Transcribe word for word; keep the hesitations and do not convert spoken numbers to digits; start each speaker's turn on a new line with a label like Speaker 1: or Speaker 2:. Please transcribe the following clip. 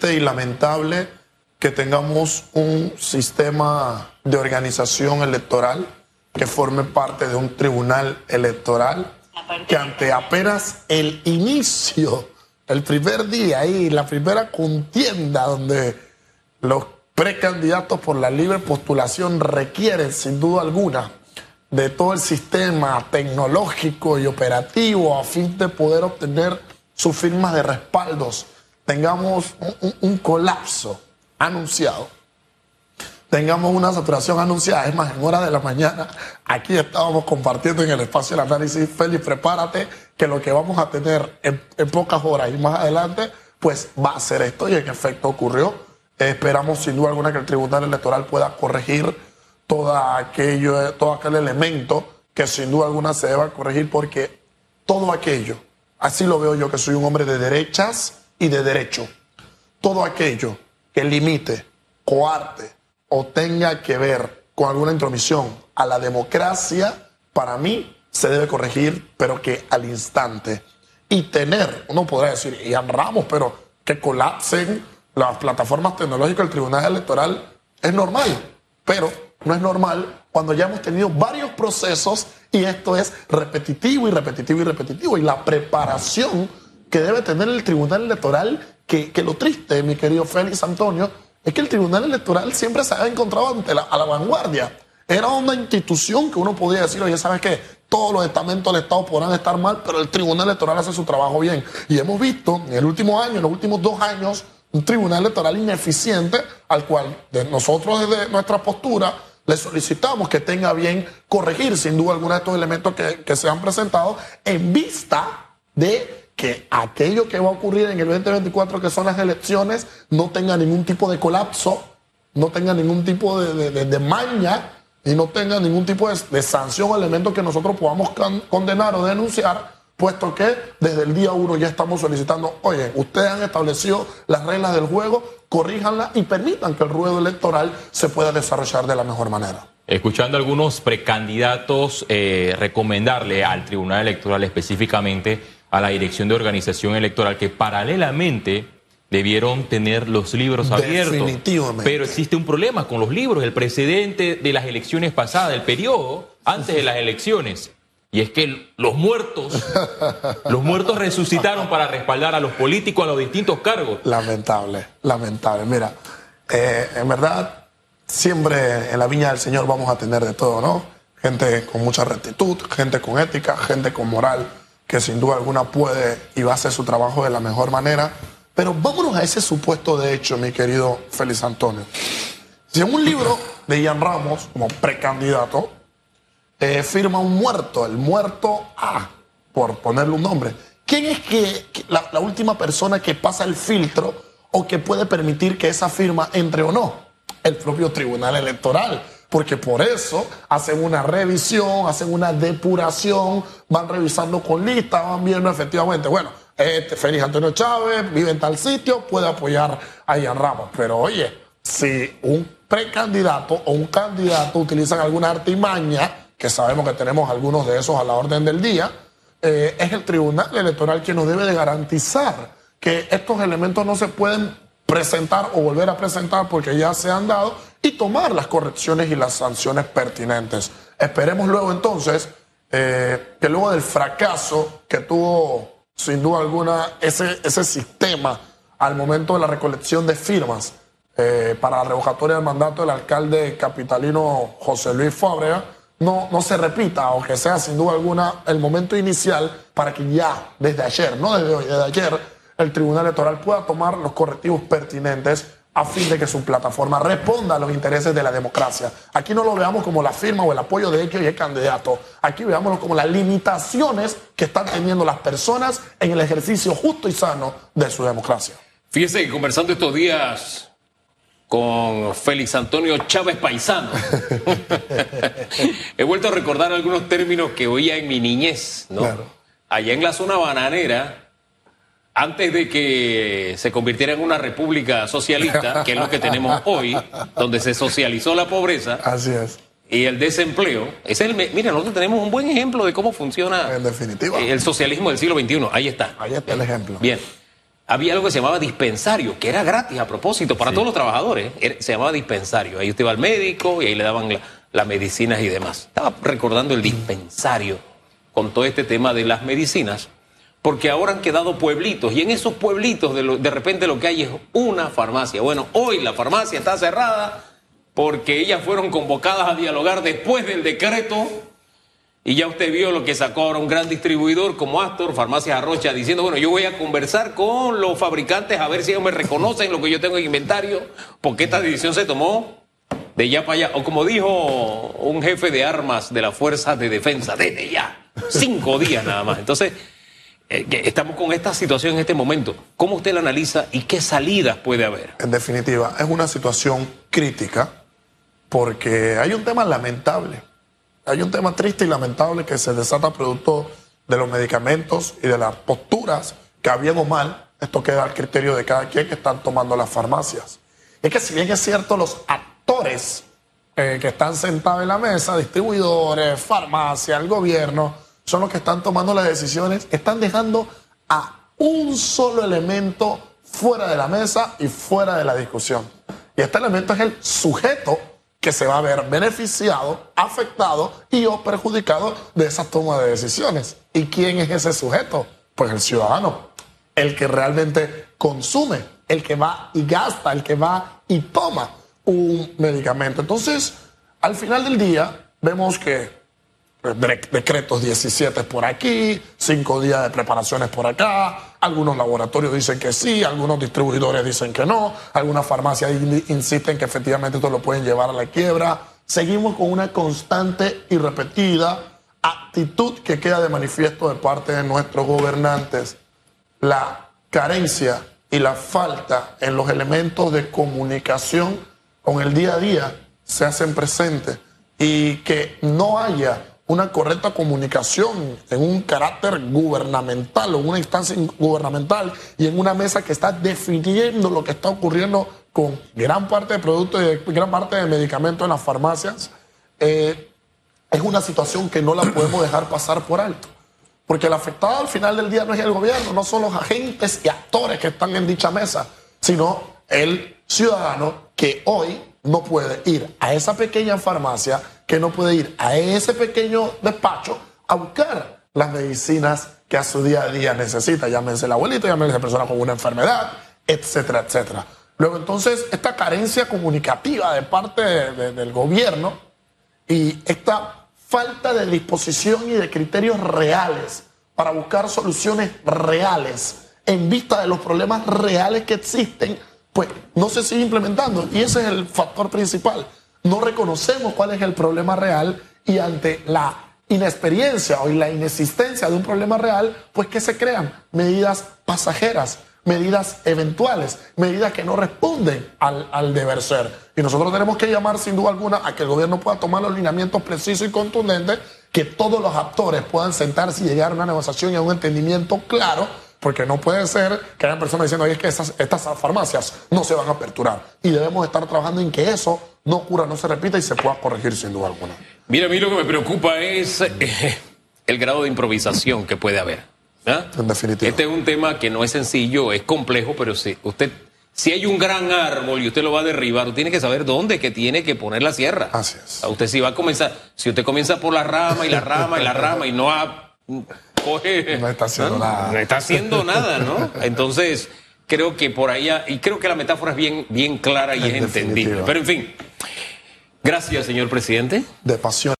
Speaker 1: triste y lamentable que tengamos un sistema de organización electoral que forme parte de un tribunal electoral que ante apenas el inicio, el primer día y la primera contienda donde los precandidatos por la libre postulación requieren sin duda alguna de todo el sistema tecnológico y operativo a fin de poder obtener sus firmas de respaldos, tengamos un, un, un colapso anunciado, tengamos una saturación anunciada. Es más, en horas de la mañana aquí estábamos compartiendo en el espacio del análisis. Félix, prepárate que lo que vamos a tener en, en pocas horas y más adelante pues va a ser esto, y en efecto ocurrió. Eh, esperamos sin duda alguna que el Tribunal Electoral pueda corregir todo aquello, todo aquel elemento que sin duda alguna se deba corregir, porque todo aquello, así lo veo yo que soy un hombre de derechas y de derecho, todo aquello que limite, coarte o tenga que ver con alguna intromisión a la democracia, para mí se debe corregir, pero que al instante. Y tener, uno podrá decir, Ian Ramos, pero que colapsen las plataformas tecnológicas del Tribunal Electoral es normal, pero no es normal cuando ya hemos tenido varios procesos y esto es repetitivo y repetitivo y repetitivo. Y la preparación que debe tener el Tribunal Electoral, que, que lo triste, mi querido Félix Antonio, es que el Tribunal Electoral siempre se ha encontrado ante la, a la vanguardia. Era una institución que uno podía decir, oye, ¿sabes qué? Todos los estamentos del Estado podrán estar mal, pero el Tribunal Electoral hace su trabajo bien. Y hemos visto en el último año, en los últimos dos años, un Tribunal Electoral ineficiente al cual de nosotros desde nuestra postura le solicitamos que tenga bien corregir sin duda alguna de estos elementos que, que se han presentado en vista de que aquello que va a ocurrir en el veinte veinticuatro, que son las elecciones, no tenga ningún tipo de colapso, no tenga ningún tipo de, de, de, de maña y no tenga ningún tipo de, de sanción o elemento que nosotros podamos con, condenar o denunciar, puesto que desde el día uno ya estamos solicitando, oye, ustedes han establecido las reglas del juego, corríjanlas y permitan que el ruedo electoral se pueda desarrollar de la mejor manera.
Speaker 2: Escuchando a algunos precandidatos eh, recomendarle al Tribunal Electoral, específicamente a la Dirección de Organización Electoral, que paralelamente debieron tener los libros abiertos.
Speaker 1: Definitivamente.
Speaker 2: Pero existe un problema con los libros, el precedente de las elecciones pasadas, el periodo antes de las elecciones. Y es que los muertos, los muertos resucitaron para respaldar a los políticos, a los distintos cargos.
Speaker 1: Lamentable, lamentable. Mira, eh, en verdad, siempre en la viña del Señor vamos a tener de todo, ¿no? Gente con mucha rectitud, gente con ética, gente con moral, que sin duda alguna puede y va a hacer su trabajo de la mejor manera. Pero vámonos a ese supuesto de hecho, mi querido Félix Antonio. Si en un libro de Ian Ramos, como precandidato, Eh, firma un muerto, el muerto A, por ponerle un nombre. ¿Quién es que, que la, la última persona que pasa el filtro o que puede permitir que esa firma entre o no? El propio Tribunal Electoral, porque por eso hacen una revisión, hacen una depuración, van revisando con lista, van viendo efectivamente, bueno, este Félix Antonio Chávez vive en tal sitio, puede apoyar a Ian Ramos. Pero oye, si un precandidato o un candidato utilizan alguna artimaña, que sabemos que tenemos algunos de esos a la orden del día, eh, es el Tribunal Electoral quien nos debe de garantizar que estos elementos no se pueden presentar o volver a presentar porque ya se han dado, y tomar las correcciones y las sanciones pertinentes. Esperemos luego entonces eh, que luego del fracaso que tuvo sin duda alguna ese, ese sistema al momento de la recolección de firmas eh, para la revocatoria del mandato del alcalde capitalino José Luis Fábrega, No, no se repita, o que sea sin duda alguna el momento inicial para que ya desde ayer, no desde hoy, desde ayer, el Tribunal Electoral pueda tomar los correctivos pertinentes a fin de que su plataforma responda a los intereses de la democracia. Aquí no lo veamos como la firma o el apoyo de X y el candidato, aquí veámoslo como las limitaciones que están teniendo las personas en el ejercicio justo y sano de su democracia.
Speaker 3: Fíjese que conversando estos días con Félix Antonio Chávez Paisano, he vuelto a recordar algunos términos que oía en mi niñez, ¿no? Claro. Allá en la zona bananera, antes de que se convirtiera en una república socialista, que es lo que tenemos hoy, donde se socializó la pobreza.
Speaker 1: Así es.
Speaker 3: Y el desempleo. Ese es el, mira, nosotros tenemos un buen ejemplo de cómo funciona
Speaker 1: en definitiva
Speaker 3: el socialismo del siglo veintiuno. Ahí está.
Speaker 1: Ahí está el ejemplo.
Speaker 3: Bien. había algo que se llamaba dispensario, que era gratis a propósito para sí. todos los trabajadores. Era, se llamaba dispensario. Ahí usted iba al médico y ahí le daban las la medicinas y demás. Estaba recordando el dispensario con todo este tema de las medicinas, porque ahora han quedado pueblitos y en esos pueblitos de, lo, de repente lo que hay es una farmacia. Bueno, hoy la farmacia está cerrada porque ellas fueron convocadas a dialogar después del decreto. Y ya usted vio lo que sacó ahora un gran distribuidor como Astor, Farmacias Arrocha, diciendo, bueno, yo voy a conversar con los fabricantes a ver si ellos me reconocen lo que yo tengo en inventario, porque esta decisión se tomó de ya para allá. O como dijo un jefe de armas de las fuerzas de defensa, desde ya, cinco días nada más. Entonces, eh, estamos con esta situación en este momento. ¿Cómo usted la analiza y qué salidas puede haber?
Speaker 1: En definitiva, es una situación crítica porque hay un tema lamentable. Hay un tema triste y lamentable que se desata producto de los medicamentos y de las posturas que, bien o mal, esto queda al criterio de cada quien que están tomando las farmacias. Es que si bien es cierto, los actores eh, que están sentados en la mesa, distribuidores, farmacias, el gobierno, son los que están tomando las decisiones, están dejando a un solo elemento fuera de la mesa y fuera de la discusión. Y este elemento es el sujeto que se va a ver beneficiado, afectado y o perjudicado de esa toma de decisiones. ¿Y quién es ese sujeto? Pues el ciudadano, el que realmente consume, el que va y gasta, el que va y toma un medicamento. Entonces, al final del día, vemos que decretos diecisiete por aquí, cinco días de preparaciones por acá, algunos laboratorios dicen que sí, algunos distribuidores dicen que no, algunas farmacias insisten que efectivamente esto lo pueden llevar a la quiebra. Seguimos con una constante y repetida actitud que queda de manifiesto de parte de nuestros gobernantes. La carencia y la falta en los elementos de comunicación con el día a día se hacen presentes y que no haya una correcta comunicación en un carácter gubernamental o en una instancia gubernamental y en una mesa que está definiendo lo que está ocurriendo con gran parte de productos y gran parte de medicamentos en las farmacias, eh, es una situación que no la podemos dejar pasar por alto. Porque el afectado al final del día no es el gobierno, no son los agentes y actores que están en dicha mesa, sino el ciudadano que hoy no puede ir a esa pequeña farmacia, que no puede ir a ese pequeño despacho a buscar las medicinas que a su día a día necesita. Llámense el abuelito, llámense a persona con una enfermedad, etcétera, etcétera. Luego entonces esta carencia comunicativa de parte de, de, del gobierno y esta falta de disposición y de criterios reales para buscar soluciones reales en vista de los problemas reales que existen, pues no se sigue implementando. Y ese es el factor principal. No reconocemos cuál es el problema real y ante la inexperiencia o la inexistencia de un problema real, pues que se crean medidas pasajeras, medidas eventuales, medidas que no responden al, al deber ser. Y nosotros tenemos que llamar sin duda alguna a que el gobierno pueda tomar los lineamientos precisos y contundentes, que todos los actores puedan sentarse y llegar a una negociación y a un entendimiento claro, porque no puede ser que haya personas diciendo es que esas, estas farmacias no se van a aperturar. Y debemos estar trabajando en que eso no ocurra, no se repita y se pueda corregir sin duda alguna.
Speaker 3: Mira, a mí lo que me preocupa es eh, el grado de improvisación que puede haber. ¿Ah?
Speaker 1: En definitiva.
Speaker 3: Este es un tema que no es sencillo, es complejo, pero si usted, si hay un gran árbol y usted lo va a derribar, usted tiene que saber dónde que tiene que poner la sierra.
Speaker 1: Así es.
Speaker 3: Usted si va a comenzar, si usted comienza por la rama y la rama y la rama y no ha, coge,
Speaker 1: no está haciendo
Speaker 3: ¿no?
Speaker 1: nada.
Speaker 3: No está haciendo nada, ¿no? Entonces, creo que por allá, y creo que la metáfora es bien, bien clara y
Speaker 1: En
Speaker 3: es
Speaker 1: definitiva.
Speaker 3: entendible. Pero en fin, gracias, señor presidente.
Speaker 1: De pasión.